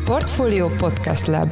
Portfolio Podcast Lab.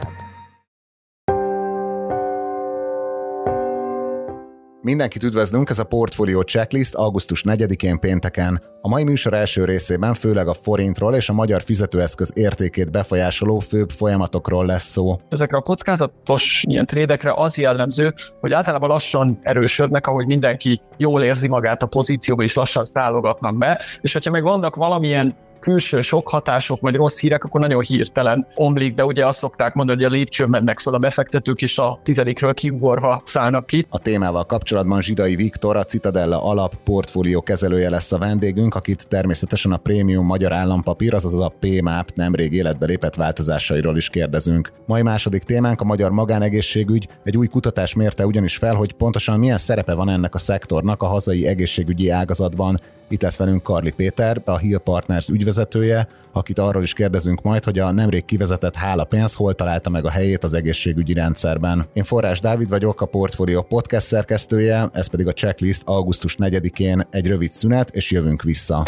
Mindenkit üdvözlünk, ez a Portfolio Checklist augusztus 4-én pénteken. A mai műsor első részében főleg a forintról és a magyar fizetőeszköz értékét befolyásoló főbb folyamatokról lesz szó. Ezekre a kockázatos ilyen trédekre az jellemző, hogy általában lassan erősödnek, ahogy mindenki jól érzi magát a pozícióba, és lassan szállogatnak be, és hogyha meg vannak valamilyen külső sok hatások vagy rossz hírek, akkor nagyon hirtelen omlik be. Ugye azt szokták mondani, hogy a lépcsőn mennek szóval a befektetők is a 10-ről kiugorva szállnak ki. A témával kapcsolatban Zsidai Viktor, a Citadella alap portfólió kezelője lesz a vendégünk, akit természetesen a prémium magyar állampapír, azaz a PMAP nemrég életbe lépett változásairól is kérdezünk. Mai második témánk a magyar magánegészségügy. Egy új kutatás mérte ugyanis fel, hogy pontosan milyen szerepe van ennek a szektornak a hazai egészségügyi ágazatban. Itt lesz velünk Karli Péter, a Hill Partners ügyvezetője, akit arról is kérdezünk majd, hogy a nemrég kivezetett hálapénz hol találta meg a helyét az egészségügyi rendszerben. Én Forrás Dávid vagyok, a Portfolio Podcast szerkesztője, ez pedig a Checklist augusztus 4-én egy rövid szünet, és jövünk vissza.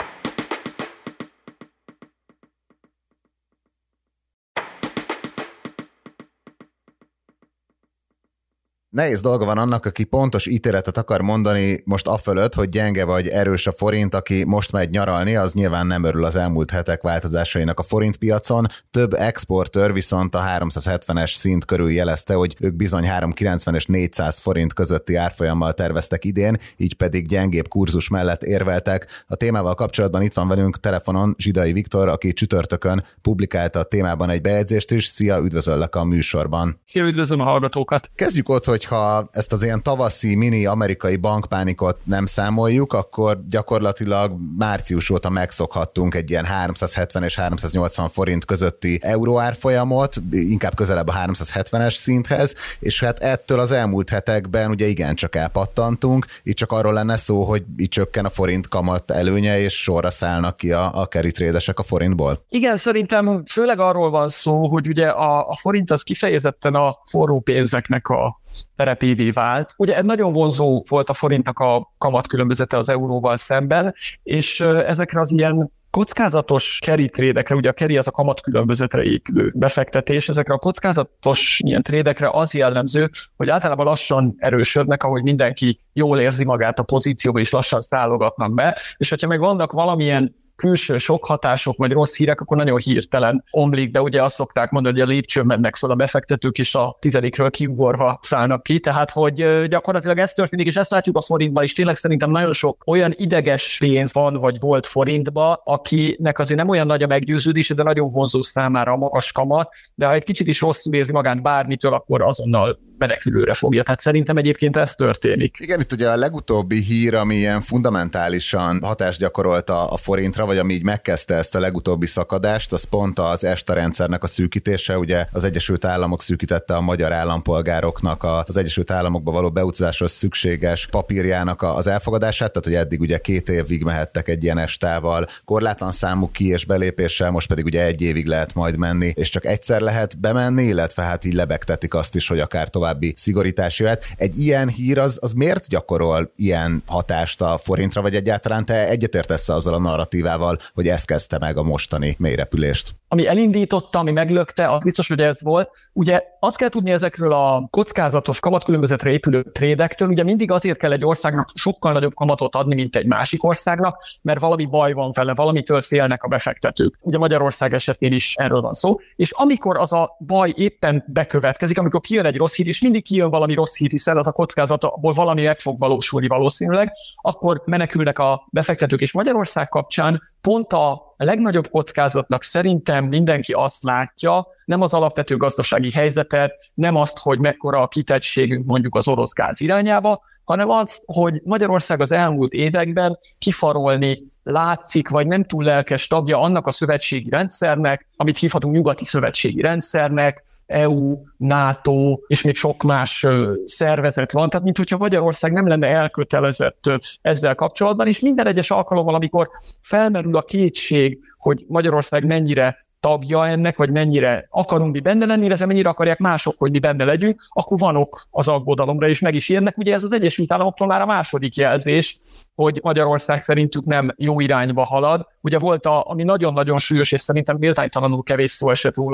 Nehéz dolga van annak, aki pontos ítéletet akar mondani most afölött, hogy gyenge vagy erős a forint, aki most megy nyaralni, az nyilván nem örül az elmúlt hetek változásainak a forintpiacon. Több exportőr viszont a 370-es szint körül jelezte, hogy ők bizony 390 és 400 forint közötti árfolyammal terveztek idén, így pedig gyengébb kurzus mellett érveltek. A témával kapcsolatban itt van velünk telefonon Zsidai Viktor, aki csütörtökön publikálta a témában egy bejegyzést is. Szia, üdvözöllek a műsorban. Szia, üdvözlöm a hallgatókat. Kezdjük ott, hogyha ezt az ilyen tavaszi mini amerikai bankpánikot nem számoljuk, akkor gyakorlatilag március óta megszokhattunk egy ilyen 370 és 380 forint közötti euróárfolyamot, inkább közelebb a 370-es szinthez, és hát ettől az elmúlt hetekben ugye igencsak elpattantunk, itt csak arról lenne szó, hogy itt csökken a forint kamat előnye, és sorra szállnak ki a carry tradesek a forintból. Igen, szerintem főleg arról van szó, hogy ugye a forint az kifejezetten a forró pénzeknek a terepévé vált. Ugye nagyon vonzó volt a forintnak a kamatkülönbözete az euróval szemben, és ezekre az ilyen kockázatos carry trédekre, ugye a carry az a kamatkülönbözetre épülő befektetés, ezekre a kockázatos ilyen trédekre az jellemző, hogy általában lassan erősödnek, ahogy mindenki jól érzi magát a pozícióba, és lassan szállogatnak be, és hogyha meg vannak valamilyen külső sok hatások vagy rossz hírek, akkor nagyon hirtelen omlik be. Ugye azt szokták mondani, hogy a lépcsőn mennek szóval a befektetők is a 10-ről kiugorva szállnak ki, tehát hogy gyakorlatilag ez történik, és ezt látjuk a forintban is. Tényleg szerintem nagyon sok olyan ideges pénz van, vagy volt forintba, akinek azért nem olyan nagy a meggyőződése, de nagyon vonzó számára a magas kamat, de ha egy kicsit is rosszul érzi magát bármitől, akkor azonnal menekülőre fogja. Tehát szerintem egyébként ez történik. Igen, itt ugye a legutóbbi hír, ami ilyen fundamentálisan hatást gyakorolt a forintra, vagy ami így megkezdte ezt a legutóbbi szakadást, az pont az ESTA rendszernek a szűkítése. Ugye az Egyesült Államok szűkítette a magyar állampolgároknak az Egyesült Államokba való beutazáshoz szükséges papírjának az elfogadását, tehát hogy eddig ugye 2 évig mehettek egy ilyen ESTA-val, korlátlan számú ki- és belépéssel, most pedig ugye 1 évig lehet majd menni, és csak egyszer lehet bemenni, illetve hát így lebegtetik azt is, hogy akár további szigorítás jöhet. Egy ilyen hír az miért gyakorol ilyen hatást a forintra, vagy egyáltalán te egyetértesz azzal a narratívával, hogy ez kezdte meg a mostani mélyrepülést? Ami elindította, ami meglökte, az biztos, hogy ez volt. Ugye azt kell tudni ezekről a kockázatos kamatkülönbözetre épülő trédektől, ugye mindig azért kell egy országnak sokkal nagyobb kamatot adni, mint egy másik országnak, mert valami baj van vele, valamitől félnek a befektetők. Ugye Magyarország esetén is erről van szó, és amikor az a baj éppen bekövetkezik, amikor kijön egy rossz hír, és mindig kijön valami rossz hír, hiszen az a kockázatból valami meg fog valósulni valószínűleg, akkor menekülnek a befektetők, és Magyarország kapcsán pont a legnagyobb kockázatnak szerintem mindenki azt látja, nem az alapvető gazdasági helyzetet, nem azt, hogy mekkora a kitettségünk mondjuk az orosz gáz irányába, hanem azt, hogy Magyarország az elmúlt években kifarolni látszik, vagy nem túl lelkes tagja annak a szövetségi rendszernek, amit hívhatunk nyugati szövetségi rendszernek, EU, NATO és még sok más szervezet van, tehát minthogyha Magyarország nem lenne elkötelezett ezzel kapcsolatban, és minden egyes alkalommal, amikor felmerül a kétség, hogy Magyarország mennyire tagja ennek, vagy mennyire akarunk mi benne lenni, illetve mennyire akarják mások, hogy mi benne legyünk, akkor van ok az aggodalomra, és meg is érnek. Ugye ez az Egyesült Államoktól már a második jelzés, hogy Magyarország szerintük nem jó irányba halad. Ugye volt ami nagyon-nagyon súlyos, és szerintem méltánytalanul kevés szó esett róla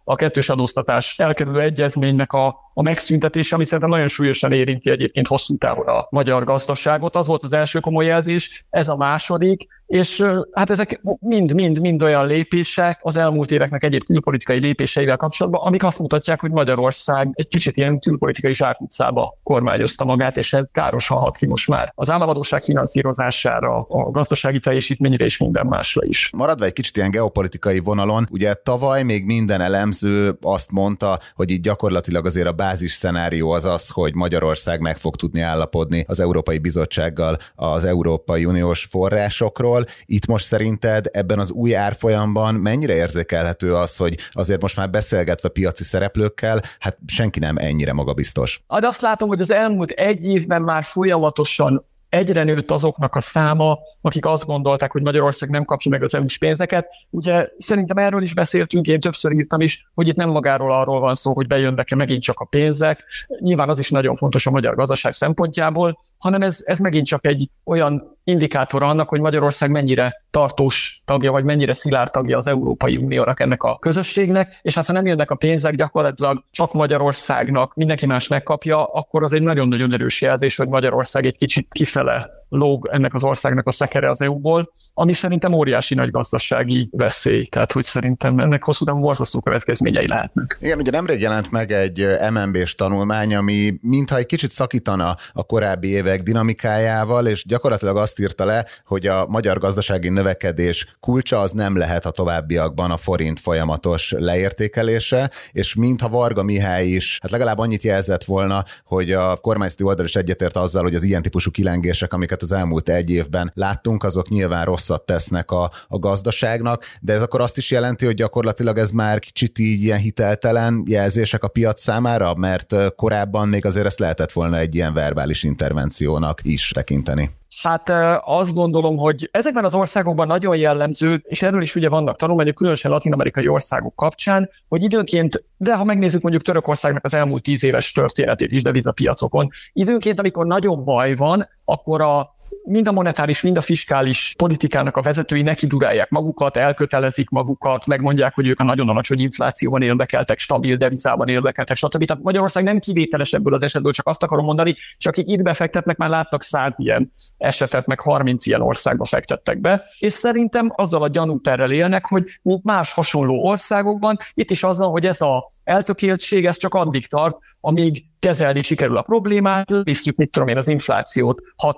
a kettős adóztatás elkerülő egyezménynek a megszüntetése, ami szerintem nagyon súlyosan érinti egyébként hosszú távon a magyar gazdaságot. Az volt az első komoly jelzés, ez a második, és hát ezek mind olyan lépések az elmúlt éveknek egyéb külpolitikai lépéseivel kapcsolatban, amik azt mutatják, hogy Magyarország egy kicsit ilyen külpolitikai zsákutcába kormányozta magát, és ez károsan hat ki most már az államadósság finanszírozására, a gazdasági teljesítményre és minden másra is. Maradva egy kicsit ilyen geopolitikai vonalon, ugye tavaly még minden elemző azt mondta, hogy itt gyakorlatilag azért a bázis szenárió az, hogy Magyarország meg fog tudni állapodni az Európai Bizottsággal az Európai Uniós forrásokról. Itt most szerinted ebben az új árfolyamban mennyire érzékelhető az, hogy azért most már beszélgetve piaci szereplőkkel, hát senki nem ennyire magabiztos? De azt látom, hogy az elmúlt egy évben már folyamatosan egyre nőtt azoknak a száma, akik azt gondolták, hogy Magyarország nem kapja meg az EU-s pénzeket. Ugye szerintem erről is beszéltünk, én többször írtam is, hogy itt nem magáról arról van szó, hogy bejönnek-e megint csak a pénzek. Nyilván az is nagyon fontos a magyar gazdaság szempontjából, hanem ez megint csak egy olyan indikátor annak, hogy Magyarország mennyire tartós tagja, vagy mennyire szilárd tagja az Európai Uniónak, ennek a közösségnek, és hát ha nem jönnek a pénzek, gyakorlatilag csak Magyarországnak mindenki más megkapja, akkor az egy nagyon-nagyon erős jelzés, hogy Magyarország egy kicsit kifele lóg ennek az országnak a szekere az EU-ból, ami szerintem óriási nagy gazdasági veszély. Tehát, hogy szerintem ennek hosszú távon borzasztó következményei lehetnek. Igen, ugye nemrég jelent meg egy MNB-s tanulmány, ami mintha egy kicsit szakítana a korábbi évek dinamikájával, és gyakorlatilag azt írta le, hogy a magyar gazdasági növekedés kulcsa az nem lehet a továbbiakban a forint folyamatos leértékelése, és mintha Varga Mihály is, hát legalább annyit jelzett volna, hogy a kormányzati oldal is egyetért azzal, hogy az ilyen típusú kilengések, amiket az elmúlt egy évben láttunk, azok nyilván rosszat tesznek a gazdaságnak, de ez akkor azt is jelenti, hogy gyakorlatilag ez már kicsit így ilyen hiteltelen jelzések a piac számára, mert korábban még azért ezt lehetett volna egy ilyen verbális intervenciónak is tekinteni. Hát azt gondolom, hogy ezekben az országokban nagyon jellemző, és erről is ugye vannak tanulmányok, különösen latin-amerikai országok kapcsán, hogy időnként, de ha megnézzük mondjuk Törökországnak az elmúlt 10 éves történetét is devizapiacokon, időnként, amikor nagyobb baj van, akkor mind a monetáris, mind a fiskális politikának a vezetői nekidurálják magukat, elkötelezik magukat, megmondják, hogy ők a nagyon alacsony inflációban érdekeltek, stabil devizában érdekeltek, stb. Tehát Magyarország nem kivételes ebből az esetből, csak azt akarom mondani, és akik itt befektetnek, már láttak 100 ilyen esetet, meg 30 ilyen országba fektettek be, és szerintem azzal a gyanúterrel élnek, hogy mint más hasonló országokban, itt is azzal, hogy ez az eltökéltség, ez csak addig tart, amíg kezelni sikerül a problémát, visszük, az inflációt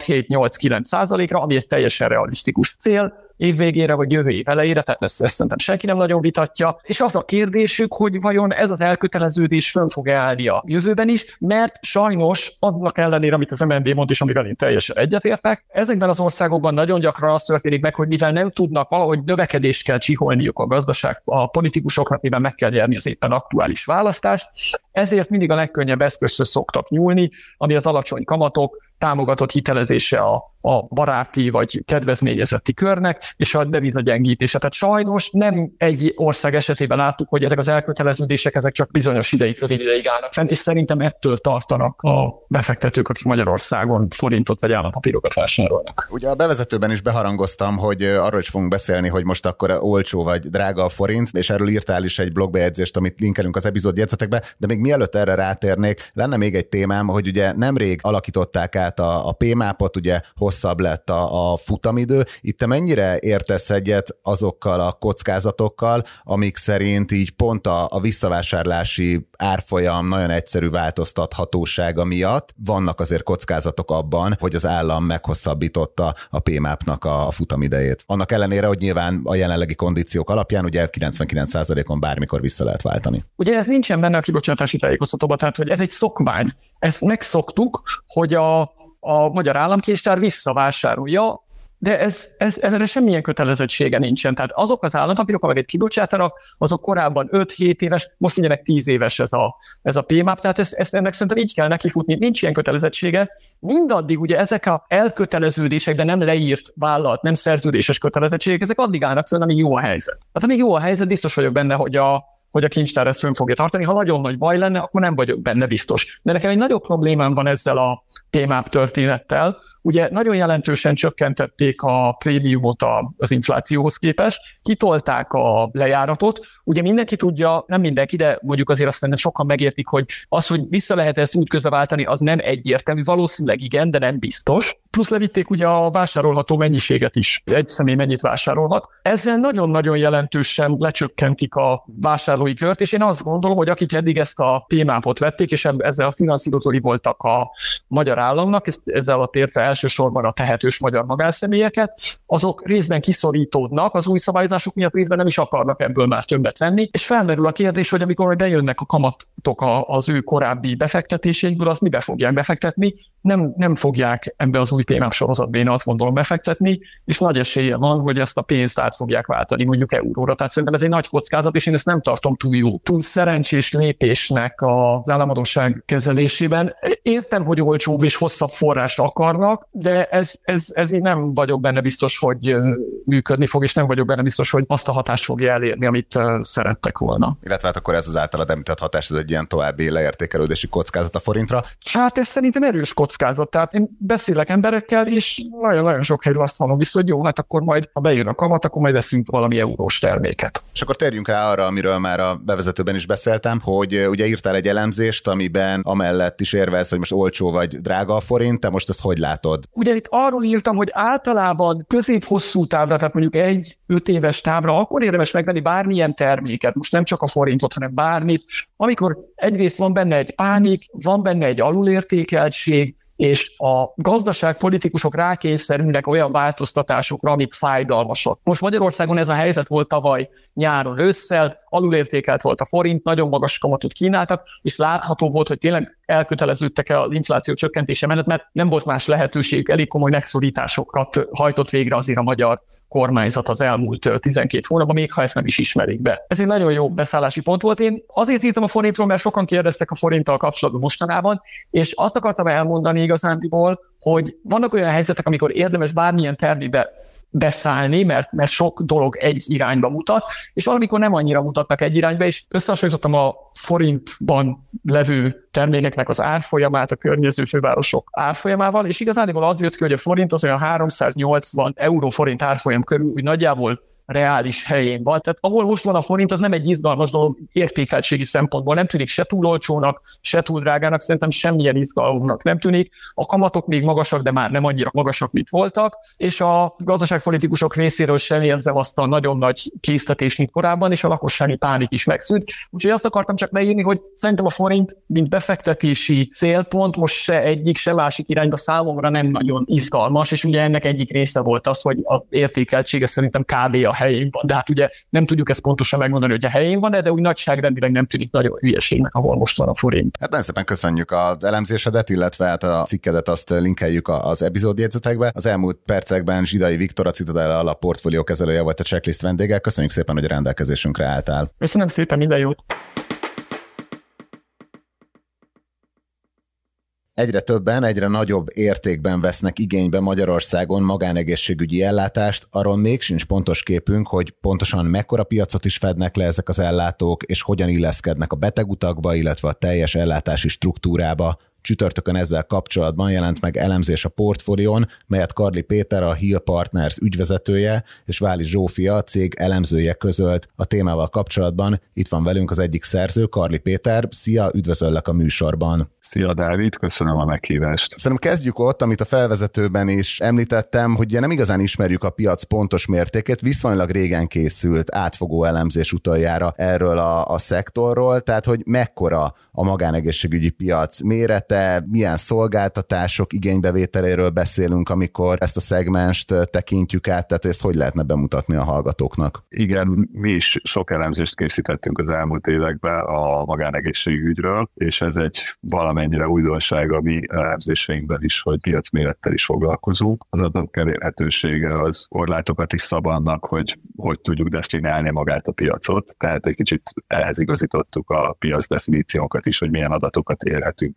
6-7-8-9%-ra, ami egy teljesen realisztikus cél, év végére vagy jövő év elejére, tehát ezt szerintem senki nem nagyon vitatja, és az a kérdésük, hogy vajon ez az elköteleződés fönn fog állni a jövőben is, mert sajnos annak ellenére, amit az MNB mond és amivel én teljesen egyetértek, ezekben az országokban nagyon gyakran az történik meg, hogy mivel nem tudnak valahogy növekedést kell csiholniuk a politikusoknak, mivel meg kell nyerni az éppen aktuális választást, ezért mindig a legkönnyebb eszközhöz szoktak nyúlni, ami az alacsony kamatok, támogatott hitelezése a baráti vagy kedvezményezetti körnek, és a devizagyengítése. Tehát sajnos nem egy ország esetében láttuk, hogy ezek az elköteleződések ezek csak bizonyos rövid ideig állnak fenn, és szerintem ettől tartanak a befektetők, akik Magyarországon forintot vagy állampapírokat vásárolnak. Ugye a bevezetőben is beharangoztam, hogy arról is fogunk beszélni, hogy most akkor olcsó vagy drága a forint, és erről írtál is egy blogbejegyzést, amit linkelünk az epizód jegyzetekbe, de még mielőtt erre rátérnék, lenne még egy témám, hogy ugye nemrég alakították át a PMAP-ot, ugye hosszabb lett a futamidő. Itt te mennyire értesz egyet azokkal a kockázatokkal, amik szerint így pont a visszavásárlási árfolyam nagyon egyszerű változtathatósága miatt vannak azért kockázatok abban, hogy az állam meghosszabbította a PMAP-nak a futamidejét. Annak ellenére, hogy nyilván a jelenlegi kondíciók alapján ugye 99%-on bármikor vissza lehet váltani. Ugye ez nincsen benne a kibocsátási tájékoztatóban, tehát hogy ez egy szokmány. Ezt megszoktuk, hogy a magyar államkincstár visszavásárolja, de erre semmilyen kötelezettsége nincsen. Tehát azok az állampapírok, amelyeket kibocsátanak, azok korábban 5-7 éves, most legyenek 10 éves ez a PMAP, tehát ennek szerintem így kell nekifutni, nincs ilyen kötelezettsége. Mindaddig ugye ezek a elköteleződések, de nem leírt vállalat, nem szerződéses kötelezettségek, ezek addig állnak, szóval amíg jó a helyzet. Hát amíg jó a helyzet, biztos vagyok benne, hogy hogy a kincstár ezt fönn fogja tartani. Ha nagyon nagy baj lenne, akkor nem vagyok benne biztos. De nekem egy nagyobb problémám van ezzel a témáp történettel. Ugye nagyon jelentősen csökkentették a prémiumot az inflációhoz képest, kitolták a lejáratot. Ugye mindenki tudja, nem mindenki, de mondjuk azért azt nem sokan megértik, hogy az, hogy vissza lehet ezt útközben váltani, az nem egyértelmű. Valószínűleg igen, de nem biztos. Plusz levitték ugye a vásárolható mennyiséget is. Egy személy mennyit vásárolhat. Ezzel nagyon-nagyon jelentősen lecsökkentik a vásárlói kört, és én azt gondolom, hogy akik eddig ezt a PMAP-ot vették, és ezzel a finanszírozói voltak a magyar államnak, ezzel alatt értve elsősorban a tehetős magyar magánszemélyeket, azok részben kiszorítódnak az új szabályozások miatt, részben nem is akarnak ebből már többet venni, és felmerül a kérdés, hogy amikor bejönnek a kamatok az ő korábbi befektetéseikből, azt mibe fogják befektetni, nem fogják ebbe az új PMAP sorozatba, én azt gondolom, befektetni, és nagy esélye van, hogy ezt a pénzt át fogják váltani mondjuk euróra. Tehát szerintem ez egy nagy kockázat, és én ezt nem tartom túl szerencsés lépésnek az államadósság kezelésében. Értem, hogy olcsóbb és hosszabb forrást akarnak, de ez így nem vagyok benne biztos, hogy működni fog, és nem vagyok benne biztos, hogy azt a hatást fogja elérni, amit szerettek volna. Illetve hát akkor ez az általad említett hatás, ez egy ilyen további leértékelődési kockázat a forintra. Hát ez szerintem erős kockázat. Tehát én beszélek emberekkel, és nagyon-nagyon sok helyről azt hallom vissza, hogy jó, hát akkor majd, ha bejön a kamat, akkor majd veszünk valami eurós terméket. És akkor térjünk rá arra, amiről már a bevezetőben is beszéltem, hogy ugye írtál egy elemzést, amiben amellett is érvelsz, hogy most olcsó vagy drága a forint, te most ezt hogy látod? Ugye itt arról írtam, hogy általában közép-hosszú távra, tehát mondjuk 1-5 éves távra, akkor érdemes megvenni bármilyen terméket, most nem csak a forintot, hanem bármit, amikor egyrészt van benne egy pánik, van benne egy alulértékeltség, és a gazdaságpolitikusok rákényszerülnek olyan változtatásokra, amik fájdalmasak. Most Magyarországon ez a helyzet volt tavaly nyáron ősszel, alulértékelt volt a forint, nagyon magas kamatot kínáltak, és látható volt, hogy tényleg elköteleződtek az infláció csökkentése mellett, mert nem volt más lehetőség, elég komoly megszorításokat hajtott végre azért a magyar kormányzat az elmúlt 12 hónapban, még ha ezt nem is ismerik be. Ez egy nagyon jó beszállási pont volt. Én azért írtam a forintról, mert sokan kérdeztek a forinttal kapcsolatban mostanában, és azt akartam elmondani igazándiból, hogy vannak olyan helyzetek, amikor érdemes bármilyen termékbe beszállni, mert sok dolog egy irányba mutat, és valamikor nem annyira mutatnak egy irányba, és összehasonlítottam a forintban levő termékeknek az árfolyamát a környező fővárosok árfolyamával, és igazából az jött ki, hogy a forint az olyan 380 euró-forint árfolyam körül, úgy nagyjából reális helyén van. Tehát ahol most van a forint, az nem egy izgalmas dolog értékeltségi szempontból. Nem tűnik se túl olcsónak, se túl drágának, szerintem semmilyen izgalomnak nem tűnik. A kamatok még magasak, de már nem annyira magasak, mint voltak, és a gazdaságpolitikusok részéről sem érzem azt a nagyon nagy késztetést, mint korábban, és a lakossági pánik is megszűnt. Úgyhogy azt akartam csak leírni, hogy szerintem a forint, mint befektetési célpont most se egyik, se másik irányba számomra nem nagyon izgalmas, és ugye ennek egyik része volt az, hogy az értékeltsége szerintem kb. A helyén van, de hát ugye nem tudjuk ezt pontosan megmondani, hogy a helyén van, de úgy nagyságrendileg nem tűnik nagyon hülyeségnek, ahol most van a forint. Hát nagyon szépen köszönjük az elemzésedet, illetve hát a cikkedet azt linkeljük az epizódjegyzetekbe. Az elmúlt percekben Zsidai Viktor, a Citadel alap portfólió kezelője volt a Checklist vendége. Köszönjük szépen, hogy a rendelkezésünkre álltál. Köszönöm szépen, minden jót! Egyre többen, egyre nagyobb értékben vesznek igénybe Magyarországon magánegészségügyi ellátást, arról még sincs pontos képünk, hogy pontosan mekkora piacot is fednek le ezek az ellátók, és hogyan illeszkednek a betegutakba, illetve a teljes ellátási struktúrába. Csütörtökön ezzel kapcsolatban jelent meg elemzés a Portfólión, melyet Karli Péter, a Hill Partners ügyvezetője, és Váli Zsófia, a cég elemzője közölt. A témával kapcsolatban itt van velünk az egyik szerző, Karli Péter. Szia, üdvözöllek a műsorban. Szia Dávid, köszönöm a meghívást. Szerintem kezdjük ott, amit a felvezetőben is említettem, hogy nem igazán ismerjük a piac pontos mértékét, viszonylag régen készült átfogó elemzés utoljára erről a szektorról, tehát hogy mekkora a magánegészségügyi piac mérete, milyen szolgáltatások igénybevételéről beszélünk, amikor ezt a szegmenst tekintjük át, tehát ezt hogy lehetne bemutatni a hallgatóknak? Igen, mi is sok elemzést készítettünk az elmúlt években a magánegészségügyről, és ez egy valamennyire újdonság a mi elemzéseinkben is, hogy piacmérettel is foglalkozunk. Az adatok elérhetősége az korlátokat is szab annak, hogy tudjuk destinálni magát a piacot, tehát egy kicsit ehhez igazítottuk a piac definíciókat is, hogy milyen adatokat érhetünk el.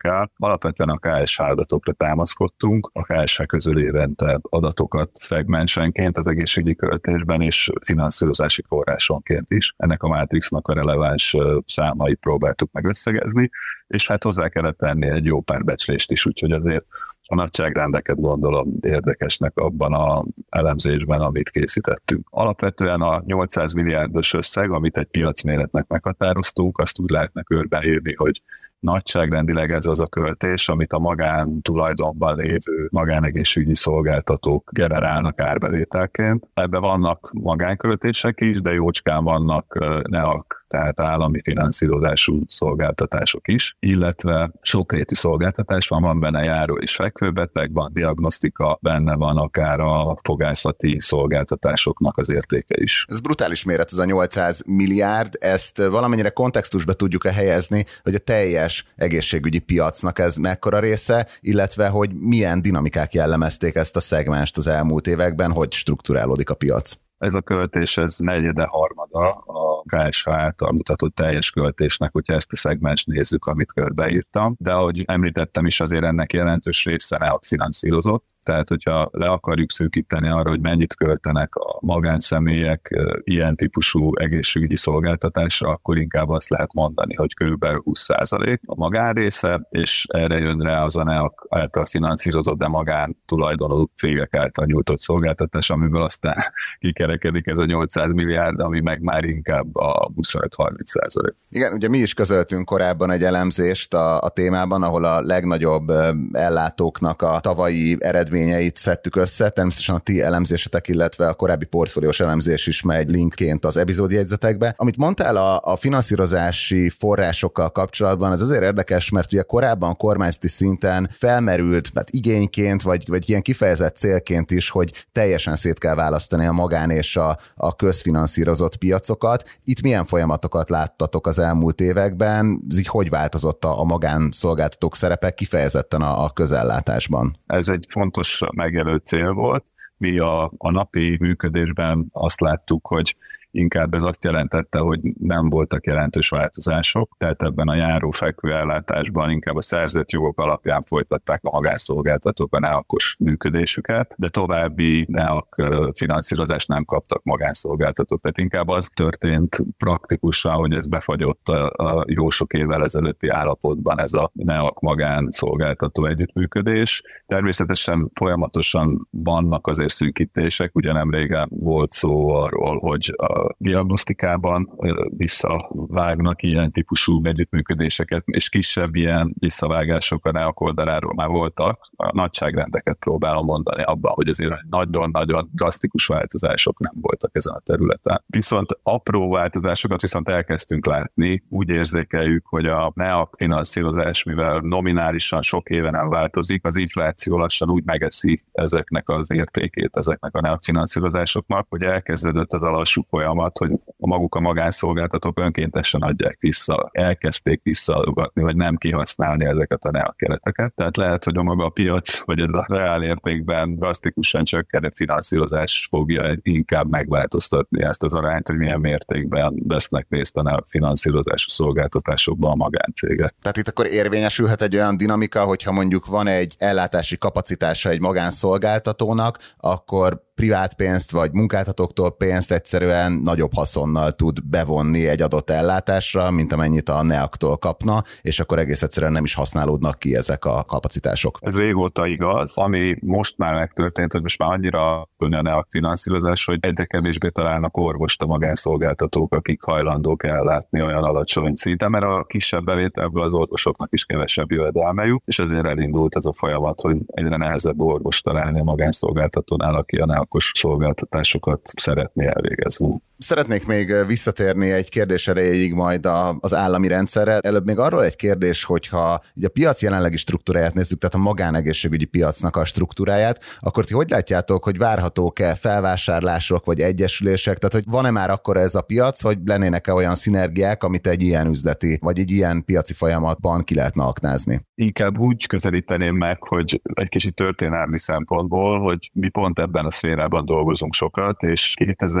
Alapvetően a KSH adatokra támaszkodtunk, a KSH közül évente adatokat szegmensenként az egészségügyi költésben és finanszírozási forrásonként is. Ennek a mátrixnak a releváns számait próbáltuk meg összegezni, és hát hozzá kellett tenni egy jó pár becslést is, úgyhogy azért a nagyságrendeket gondolom érdekesnek abban az elemzésben, amit készítettünk. Alapvetően a 800 milliárdos összeg, amit egy piacméretnek meghatároztunk, azt úgy lehetne körbeírni, hogy nagyságrendileg ez az a költés, amit a magántulajdonban lévő magánegészségügyi szolgáltatók generálnak árbevételként. Ebben vannak magánköltések is, de jócskán vannak NEAK, tehát állami finanszírozású szolgáltatások is, illetve sokrétű szolgáltatás van benne járó és fekvőbeteg, van diagnosztika, benne van akár a fogászati szolgáltatásoknak az értéke is. Ez brutális méret, ez a 800 milliárd, ezt valamennyire kontextusba tudjuk-e helyezni, hogy a teljes egészségügyi piacnak ez mekkora része, illetve hogy milyen dinamikák jellemezték ezt a szegmenst az elmúlt években, hogy strukturálódik a piac? Ez a költés, ez negyede, harmada a KSH által mutatott teljes költésnek, hogyha ezt a szegmens nézzük, amit körbeírtam. De ahogy említettem is, azért ennek jelentős része NEAK finanszírozott. Tehát, hogyha le akarjuk szűkíteni arra, hogy mennyit költenek a magánszemélyek ilyen típusú egészségügyi szolgáltatásra, akkor inkább azt lehet mondani, hogy körülbelül 20% a magánrésze, és erre jön rá az a NEAK által finanszírozott, de magántulajdonú cégek által nyújtott szolgáltatás, amiből aztán kikerekedik ez a 800 milliárd, ami meg már inkább a 25-30%. Igen, ugye mi is közöltünk korábban egy elemzést a témában, ahol a legnagyobb ellátóknak a tavalyi eredményeit szedtük össze, természetesen a ti elemzésetek, illetve a korábbi portfóliós elemzés is megy linkként az epizódjegyzetekbe. Amit mondtál a finanszírozási forrásokkal kapcsolatban, ez azért érdekes, mert ugye korábban kormányzati szinten felmerült igényként, vagy ilyen kifejezett célként is, hogy teljesen szét kell választani a magán és a közfinanszírozott piacokat. Itt milyen folyamatokat láttatok az elmúlt években? Ez így hogy változott a magánszolgáltatók szerepe kifejezetten a közellátásban? Ez egy fontos megjelölt cél volt. Mi a napi működésben azt láttuk, hogy inkább ez azt jelentette, hogy nem voltak jelentős változások, tehát ebben a járó-fekvő ellátásban inkább a szerzett jogok alapján folytatták a magánszolgáltatók a NEAK-os működésüket, de további NEAK finanszírozást nem kaptak magánszolgáltatók, tehát inkább az történt praktikusan, hogy ez befagyott a jó sok évvel ezelőtti állapotban ez a NEAK magánszolgáltató együttműködés. Természetesen folyamatosan vannak azért szűkítések, ugye nem régen volt szó arról, hogy a diagnosztikában visszavágnak ilyen típusú együttműködéseket, és kisebb ilyen visszavágások a NEAK oldaláról már voltak. A nagyságrendeket próbálom mondani abban, hogy azért nagyon-nagyon drasztikus változások nem voltak ezen a területen. Viszont apró változásokat viszont elkezdtünk látni, úgy érzékeljük, hogy a NEAK finanszírozás, mivel nominálisan sok éve nem változik, az infláció lassan úgy megeszi ezeknek az értékét, ezeknek a NEAK finanszírozásoknak, hogy elkezdődött az a lassú folyamat, hogy maguk a magánszolgáltatók önkéntesen adják vissza, elkezdték visszaadogatni, vagy nem kihasználni ezeket a NEAK kereteket. Tehát lehet, hogy a maga a piac, vagy ez a reál értékben drasztikusan csökkenő finanszírozás fogja inkább megváltoztatni ezt az arányt, hogy milyen mértékben vesznek részt a NEAK finanszírozású szolgáltatásokban a magáncégek. Tehát itt akkor érvényesülhet egy olyan dinamika, hogyha mondjuk van egy ellátási kapacitása egy magánszolgáltatónak, akkor privát pénzt vagy munkáltatóktól pénzt egyszerűen nagyobb haszonnal tud bevonni egy adott ellátásra, mint amennyit a NEAK-tól kapna, és akkor egész egyszerűen nem is használódnak ki ezek a kapacitások. Ez régóta igaz. Ami most már megtörtént, hogy most már annyira a NEAK finanszírozás, hogy egyre kevésbé találnak orvost a magánszolgáltatók, akik hajlandók ellátni olyan alacsony szinten, mert a kisebb bevételből az orvosoknak is kevesebb jövedelmejük, és ezért elindult ez a folyamat, hogy egyre nehezebb orvost találni a magánszolgáltatónál, aki a NEAK-os szolgáltatásokat szeretné elvégezni. Szeretnék még visszatérni egy kérdés erejéig majd az állami rendszerrel. Előbb még arról egy kérdés, hogyha ugye a piac jelenlegi struktúráját nézzük, tehát a magánegészségügyi piacnak a struktúráját, akkor ti hogy látjátok, hogy várhatók-e felvásárlások vagy egyesülések, tehát hogy van-e már akkor ez a piac, hogy lennének-e olyan szinergiák, amit egy ilyen üzleti vagy egy ilyen piaci folyamatban ki lehetne aknázni? Inkább úgy közelíteném meg, hogy egy kicsit történelmi szempontból, hogy mi pont ebben a szférában szférában dolgozunk sokat, és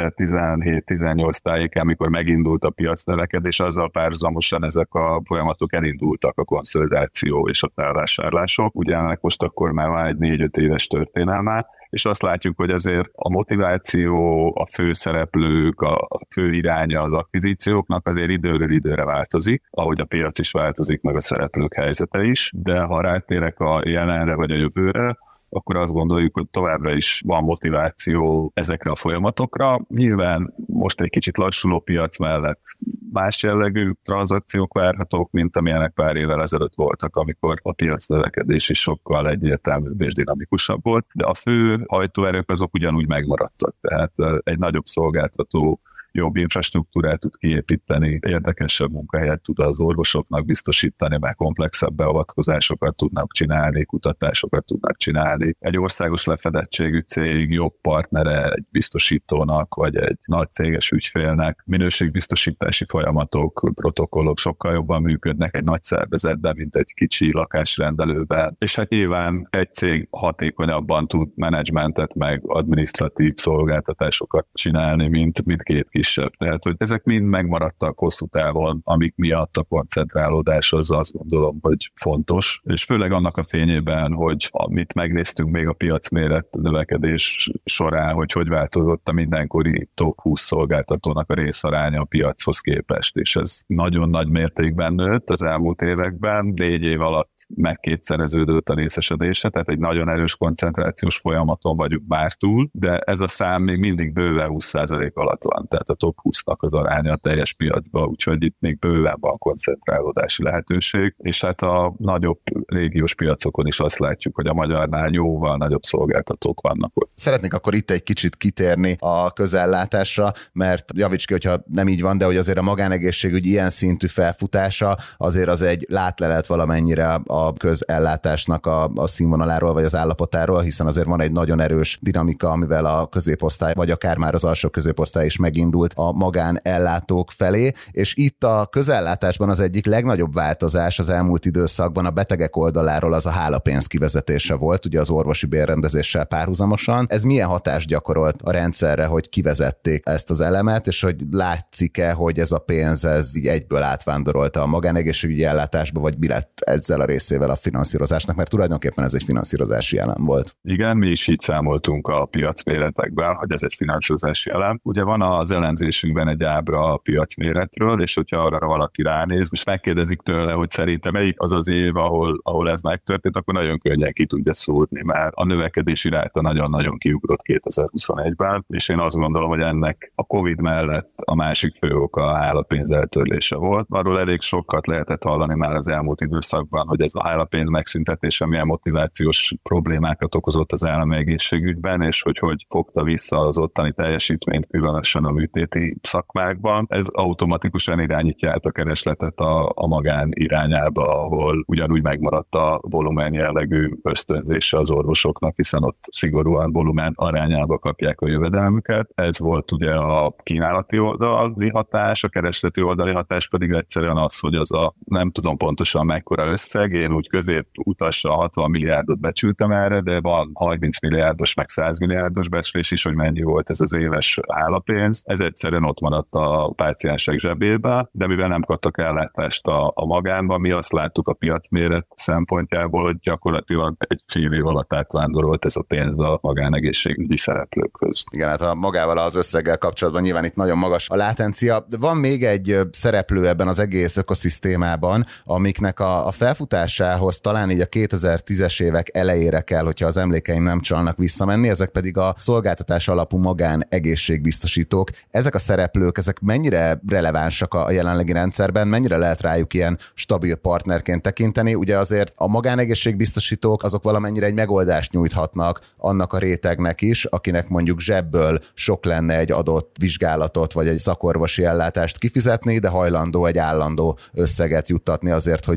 2017-18 tájékán, amikor megindult a piac növekedés, azzal párhuzamosan ezek a folyamatok elindultak, a konszolidáció és a felvásárlások. Ugye ennek most akkor már van egy 4-5 éves történelme, és azt látjuk, hogy azért a motiváció, a főszereplők, a fő iránya az akvizícióknak azért időről időre változik, ahogy a piac is változik, meg a szereplők helyzete is, de ha rátérek a jelenre vagy a jövőre, akkor azt gondoljuk, hogy továbbra is van motiváció ezekre a folyamatokra. Nyilván most egy kicsit lassuló piac mellett más jellegű tranzakciók várhatók, mint amilyenek pár évvel ezelőtt voltak, amikor a piac növekedés is sokkal egyértelműbb és dinamikusabb volt, de a fő hajtóerők azok ugyanúgy megmaradtak. Tehát egy nagyobb szolgáltató jobb infrastruktúrát tud kiépíteni, érdekesebb munkahelyet tud az orvosoknak biztosítani, mert komplexebb beavatkozásokat tudnak csinálni, kutatásokat tudnak csinálni. Egy országos lefedettségű cég jobb partnere egy biztosítónak, vagy egy nagy céges ügyfélnek. Minőségbiztosítási folyamatok, protokollok sokkal jobban működnek egy nagy szervezetben, mint egy kicsi lakásrendelőben. És hát nyilván egy cég hatékonyabban tud menedzsmentet, meg adminisztratív szolgáltatásokat csinálni, mint két kisebb. Tehát, hogy ezek mind megmaradtak hosszú távon, amik miatt a koncentrálódás az azt gondolom, hogy fontos, és főleg annak a fényében, hogy amit megnéztünk még a piacméret növekedés során, hogy változott a mindenkori top 20 szolgáltatónak a részaránya a piachoz képest, és ez nagyon nagy mértékben nőtt az elmúlt években, 4 év alatt megkétszereződött a részesedése, tehát egy nagyon erős koncentrációs folyamaton vagyunk már túl, de ez a szám még mindig bőven 20% alatt van, tehát a top 20-nak az aránya a teljes piacban, úgyhogy itt még bőven van koncentrálódási lehetőség, és hát a nagyobb régiós piacokon is azt látjuk, hogy a magyarnál jóval nagyobb szolgáltatók vannak ott. Szeretnék akkor itt egy kicsit kitérni a közellátásra, mert javíts ki, hogyha nem így van, de hogy azért a magánegészségügy ilyen szintű felfutása azért az egy látlelet valamennyire a közellátásnak a színvonaláról vagy az állapotáról, hiszen azért van egy nagyon erős dinamika, amivel a középosztály, vagy akár már az alsó középosztály is megindult a magánellátók felé, és itt a közellátásban az egyik legnagyobb változás az elmúlt időszakban a betegek oldaláról az a hálapénz kivezetése volt, ugye az orvosi bérrendezéssel párhuzamosan. Ez milyen hatást gyakorolt a rendszerre, hogy kivezették ezt az elemet, és hogy látszik-e, hogy ez a pénz ez így egyből átvándorolta a magánegészségügyi ellátásba, vagy mi lett ezzel a részével a finanszírozásnak, mert tulajdonképpen ez egy finanszírozási elem volt. Igen, mi is így számoltunk a piacméretekben, hogy ez egy finanszírozási elem. Ugye van az elemzésünkben egy ábra a piacméretről, és hogyha arra valaki ránéz, és megkérdezik tőle, hogy szerintem melyik az az év, ahol ez megtörtént, akkor nagyon könnyen ki tudja szúrni, mert a növekedési ráta nagyon-nagyon kiugrott 2021-ben, és én azt gondolom, hogy ennek a Covid mellett a másik fő oka a hálapénz eltörlése volt. Arról elég sokat lehetett hallani már az elmúlt időszakban, hogy ez a hálapénz megszüntetése milyen motivációs problémákat okozott az állami egészségügyben, és hogy fogta vissza az ottani teljesítményt, különösen a műtéti szakmákban. Ez automatikusan irányítja át a keresletet a magán irányába, ahol ugyanúgy megmaradt a volumen jellegű ösztönzése az orvosoknak, hiszen ott szigorúan volumen arányába kapják a jövedelmüket. Ez volt ugye a kínálati oldali hatás, a keresleti oldali hatás pedig egyszerűen az, hogy az a nem tudom pontosan mekkora összeg, én úgy középutasra 60 milliárdot becsültem erre, de van 30 milliárdos, meg 100 milliárdos becslés is, hogy mennyi volt ez az éves állapénz. Ez egyszerűen ott maradt a páciensek zsebébe, de mivel nem kaptak ellátást a magánba, mi azt láttuk a piacméret szempontjából, hogy gyakorlatilag egy fél év alatt átvándorolt ez a pénz a magánegészségügyi szereplőkhöz. Igen, hát magával az összeggel kapcsolatban nyilván itt nagyon magas a látencia. Van még egy szereplő ebben az egész ökoszisztémában, amiknek a felfutásához talán így a 2010-es évek elejére kell, hogyha az emlékeim nem csalnak visszamenni, ezek pedig a szolgáltatás alapú magán egészségbiztosítók. Ezek a szereplők, ezek mennyire relevánsak a jelenlegi rendszerben, mennyire lehet rájuk ilyen stabil partnerként tekinteni? Ugye azért a magánegészségbiztosítók azok valamennyire egy megoldást nyújthatnak annak a rétegnek is, akinek mondjuk zsebből sok lenne egy adott vizsgálatot vagy egy szakorvosi ellátást kifizetni, de hajlandó egy állandó összeget juttatni azért, hogy megmaradjon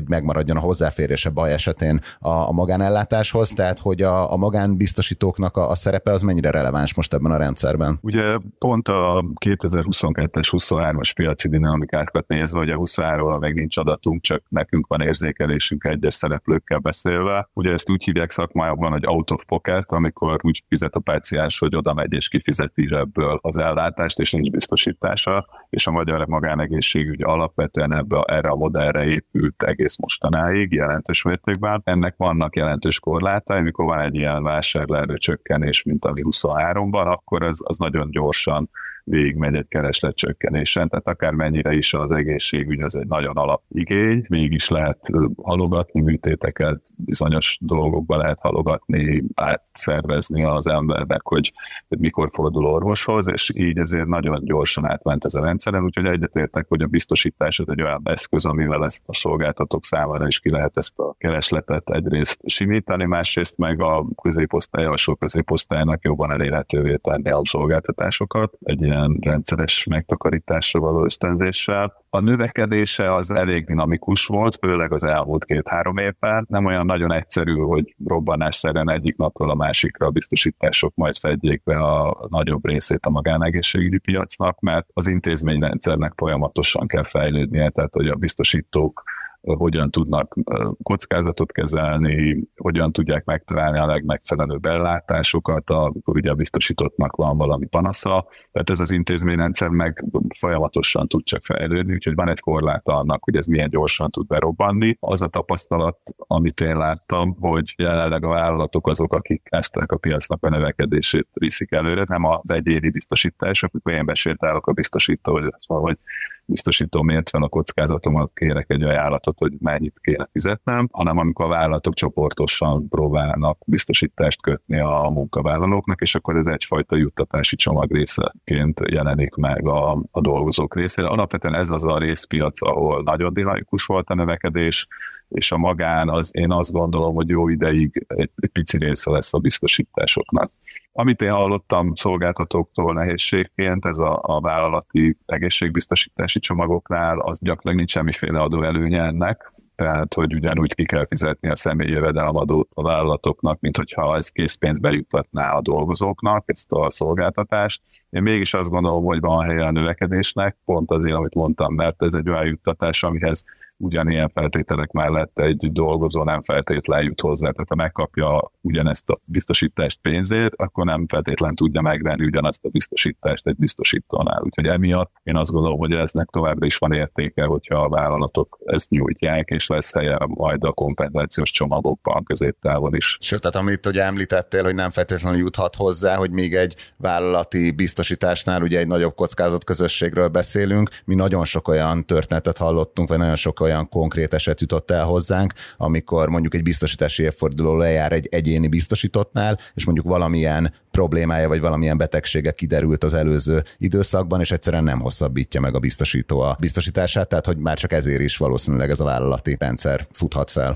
maradjon a hozzáférése baj esetén a magánellátáshoz, tehát hogy a magánbiztosítóknak a szerepe az mennyire releváns most ebben a rendszerben? Ugye pont a 2022-es 23-as piaci dinamikákat nézve, hogy a 23-ról még nincs adatunk, csak nekünk van érzékelésünk egyes szereplőkkel beszélve. Ugye ezt úgy hívják szakmájában, hogy out of pocket, amikor úgy fizet a páciens, hogy oda megy és kifizeti ebből az ellátást, és nincs biztosítása, és a magyar magánegészségügy alapvetően erre a modellre épült egész mostanáig jelentős mértékben. Ennek vannak jelentős korlátai, amikor van egy ilyen vásárlóerő csökkenés, mint ami 23-ban, akkor az nagyon gyorsan végigmegy egy keresletcsökkenésen, tehát akármennyire is az egészségügy az egy nagyon alapigény, mégis lehet halogatni műtéteket, bizonyos dolgokba lehet halogatni, átszervezni az embernek, hogy mikor fordul orvoshoz, és így ezért nagyon gyorsan átment ez a rendszeren, úgyhogy egyetértek, hogy a biztosítás egy olyan eszköz, amivel ezt a szolgáltatók számára is ki lehet ezt a keresletet egyrészt simítani, másrészt meg a középosztály, alsó középosztálynak jobban elérhetővé tenni a szolgáltatásokat, egy ilyen rendszeres megtakarításra való ösztönzéssel. A növekedése az elég dinamikus volt, főleg az elmúlt 2-3 évben. Nem olyan nagyon egyszerű, hogy robbanásszerűen egyik napról a másikra a biztosítások majd fedjék be a nagyobb részét a magánegészségügyi piacnak, mert az intézményrendszernek folyamatosan kell fejlődnie, tehát hogy a biztosítók hogyan tudnak kockázatot kezelni, hogyan tudják megtalálni a legmegfelelőbb ellátásokat, amikor ugye a biztosítottnak van valami panasza. Tehát ez az intézményrendszer meg folyamatosan tud csak fejlődni, úgyhogy van egy korláta annak, hogy ez milyen gyorsan tud berobbanni. Az a tapasztalat, amit én láttam, hogy jelenleg a vállalatok azok, akik ezt a piacnak a növekedését viszik előre, nem az egyéni biztosítások, amikor én besétálok a biztosítóhoz, hogy biztosító miért van a kockázatomat, kérek egy ajánlatot, hogy mennyit kéne fizetnem, hanem amikor a vállalatok csoportosan próbálnak biztosítást kötni a munkavállalóknak, és akkor ez egyfajta juttatási csomag részeként jelenik meg a dolgozók részére. Alapvetően ez az a részpiac, ahol nagyon dinamikus volt a növekedés, és a magán én azt gondolom, hogy jó ideig egy pici része lesz a biztosításoknak. Amit én hallottam szolgáltatóktól nehézségként, ez a vállalati egészségbiztosítási csomagoknál, az gyakorlatilag nincs semmiféle adóelőnye ennek, tehát hogy ugyanúgy ki kell fizetni a személyi jövedelemadót a vállalatoknak, mint hogyha ez készpénzbe juttatná a dolgozóknak ezt a szolgáltatást. Én mégis azt gondolom, hogy van helye a növekedésnek, pont azért, amit mondtam, mert ez egy olyan juttatás, amihez ugyanilyen feltételek mellett egy dolgozó nem feltétlen jut hozzá. Tehát ha megkapja ugyanezt a biztosítást pénzért, akkor nem feltétlen tudja megvenni ugyanazt a biztosítást egy biztosítónál. Úgyhogy emiatt én azt gondolom, hogy eznek továbbra is van értéke, hogyha a vállalatok ezt nyújtják, és lesz helye majd a kompenzációs csomagokban középtávon is. Sőt, tehát amit ugye említettél, hogy nem feltétlenül juthat hozzá, hogy még egy vállalati biztosításnál ugye egy nagyobb kockázatközösségről beszélünk. Mi nagyon sok olyan történetet hallottunk, vagy nagyon sok olyan konkrét eset jutott el hozzánk, amikor mondjuk egy biztosítási évforduló lejár egy egyéni biztosítottnál, és mondjuk valamilyen problémája vagy valamilyen betegsége kiderült az előző időszakban, és egyszerűen nem hosszabbítja meg a biztosító a biztosítását, tehát hogy már csak ezért is valószínűleg ez a vállalati rendszer futhat fel.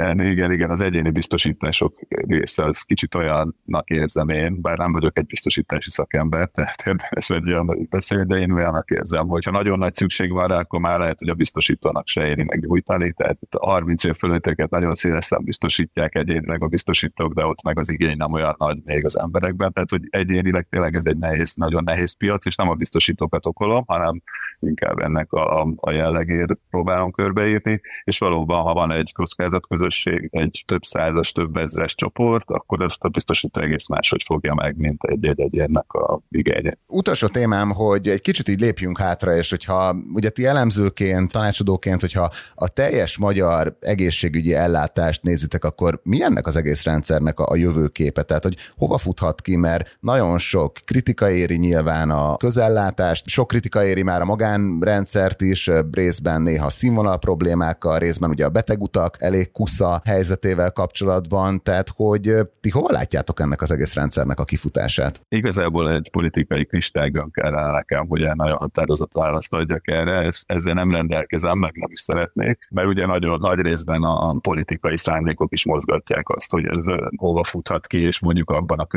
Igen, az egyéni biztosítások része az kicsit olyannak érzem én, bár nem vagyok egy biztosítási szakember, tehát érdemes egy olyan beszélni, de én olyannak érzem, hogyha nagyon nagy szükség van rá, akkor már lehet, hogy a biztosítónak se éri meg nyújtani, tehát 30 év fölötteket nagyon szélesen biztosítják egyénileg a biztosítók, de ott meg az igény nem olyan nagy még az emberekben, tehát hogy egyénileg tényleg ez egy nagyon nehéz piac, és nem a biztosítókat okolom, hanem inkább ennek a jellegét próbálom körbeírni, és valóban, ha van egy kockázatközösség, egy több százas, több ezres csoport, akkor ezt a biztosító egész máshogy fogja meg, mint egy egyénnek a igénye. Utolsó témám, hogy egy kicsit így lépjünk hátra, és hogyha ugye ti elemzőként, tanácsadóként, hogyha a teljes magyar egészségügyi ellátást nézitek, akkor mi ennek az egész rendszernek a jövőképe? Tehát, hogy hova futhat ki, mert nagyon sok kritika éri nyilván a közellátást, sok kritika éri már a magánrendszert is, részben néha színvonal problémákkal, részben ugye a betegutak elég kusza helyzetével kapcsolatban, tehát hogy ti hova látjátok ennek az egész rendszernek a kifutását? Igazából egy politikai kristályban kell nekem, hogy egy nagyon határozott választ adjak erre, ezzel nem rendelkezem, meg nem is szeretnék, mert ugye nagyon nagy részben a politikai szándékok is mozgatják azt, hogy ez hova futhat ki, és mondjuk abban a költés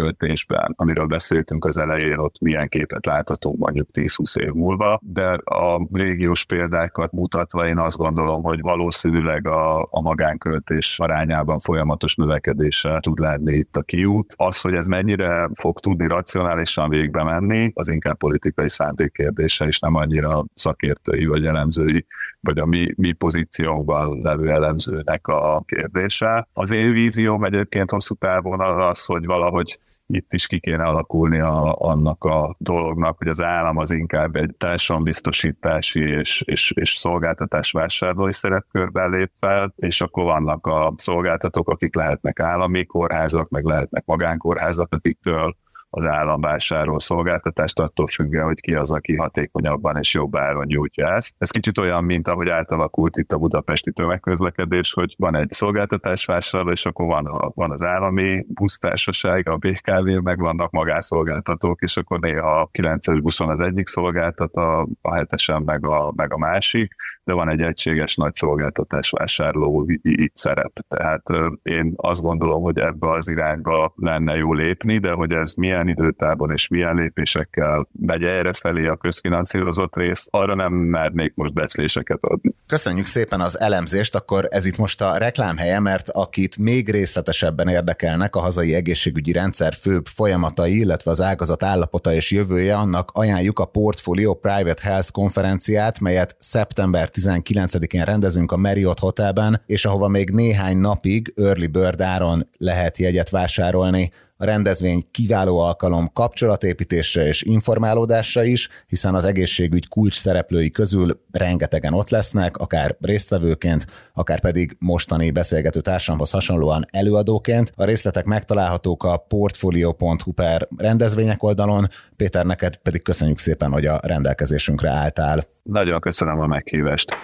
növekedésben, amiről beszéltünk az elején, ott milyen képet láthatunk mondjuk 10-20 év múlva, de a régiós példákat mutatva én azt gondolom, hogy valószínűleg a magánköltés arányában folyamatos növekedése tud lenni itt a kiút. Az, hogy ez mennyire fog tudni racionálisan végbe menni, az inkább politikai szándék kérdése, és nem annyira szakértői vagy elemzői, vagy a mi pozíciónkban levő elemzőnek a kérdése. Az én vízióm egyébként hosszú távon az, hogy valahogy itt is ki kéne alakulni annak a dolognak, hogy az állam az inkább egy társadalombiztosítási és szolgáltatásvásárlói szerepkörben lép fel, és akkor vannak a szolgáltatók, akik lehetnek állami kórházak, meg lehetnek magánkórházak, akiktől az állam vásárol szolgáltatást, attól függően, hogy ki az, aki hatékonyabban és jobb áron nyújtja ezt. Ez kicsit olyan, mint ahogy átalakult itt a budapesti tömegközlekedés, hogy van egy szolgáltatásvásárló, és akkor van az állami busztársaság, a BKV, meg vannak magánszolgáltatók, és akkor néha a 9-es buszon az egyik szolgáltat, a 7-esen meg a másik, de van egy egységes nagy szolgáltatásvásárló szerep. Tehát én azt gondolom, hogy ebbe az irányba lenne jó lépni, de hogy ez milyen időtávon és milyen lépésekkel megy errefelé a közfinanszírozott rész, arra nem mernék most becsléseket adni. Köszönjük szépen az elemzést, akkor ez itt most a reklámhelye, mert akit még részletesebben érdekelnek a hazai egészségügyi rendszer főbb folyamatai, illetve az ágazat állapota és jövője, annak ajánljuk a Portfolio Private Health konferenciát, melyet szeptember 19-én rendezünk a Marriott Hotelben, és ahova még néhány napig early bird áron lehet jegyet vásárolni. A rendezvény kiváló alkalom kapcsolatépítésre és informálódásra is, hiszen az egészségügy kulcs szereplői közül rengetegen ott lesznek, akár résztvevőként, akár pedig mostani beszélgető társamhoz hasonlóan előadóként. A részletek megtalálhatók a portfolio.hu per rendezvények oldalon. Péter, neked pedig köszönjük szépen, hogy a rendelkezésünkre álltál. Nagyon köszönöm a meghívást.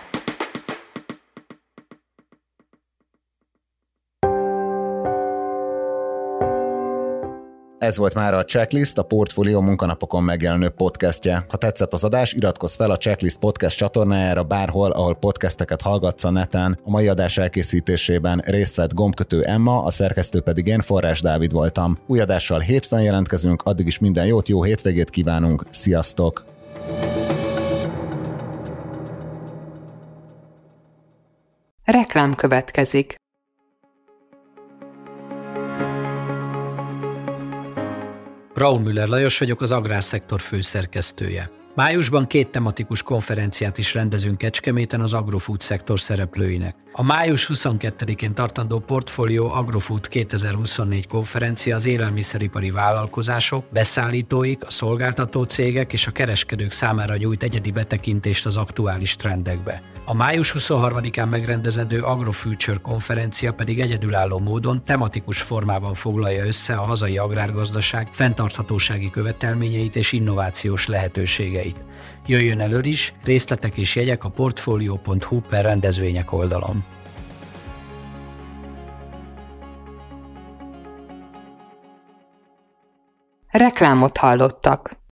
Ez volt már a Checklist, a Portfolio munkanapokon megjelenő podcastje. Ha tetszett az adás, iratkozz fel a Checklist podcast csatornájára bárhol, ahol podcasteket hallgatsz a neten. A mai adás elkészítésében részt vett gombkötő Emma, a szerkesztő pedig én, Forrás Dávid voltam. Új adással hétfőn jelentkezünk, addig is minden jót, jó hétvégét kívánunk, sziasztok! Reklám következik. Braun Müller Lajos vagyok, az Agrárszektor főszerkesztője. Májusban 2 tematikus konferenciát is rendezünk Kecskeméten az agrofood szektor szereplőinek. A május 22-én tartandó Portfolio Agrofood 2024 konferencia az élelmiszeripari vállalkozások, beszállítóik, a szolgáltató cégek és a kereskedők számára nyújt egyedi betekintést az aktuális trendekbe. A május 23-án megrendezendő Agrofuture konferencia pedig egyedülálló módon tematikus formában foglalja össze a hazai agrárgazdaság fenntarthatósági követelményeit és innovációs lehetőségeit. Jöjjön elő is, részletek és jegyek a portfolio.hu per rendezvények oldalon. Reklámot hallottak.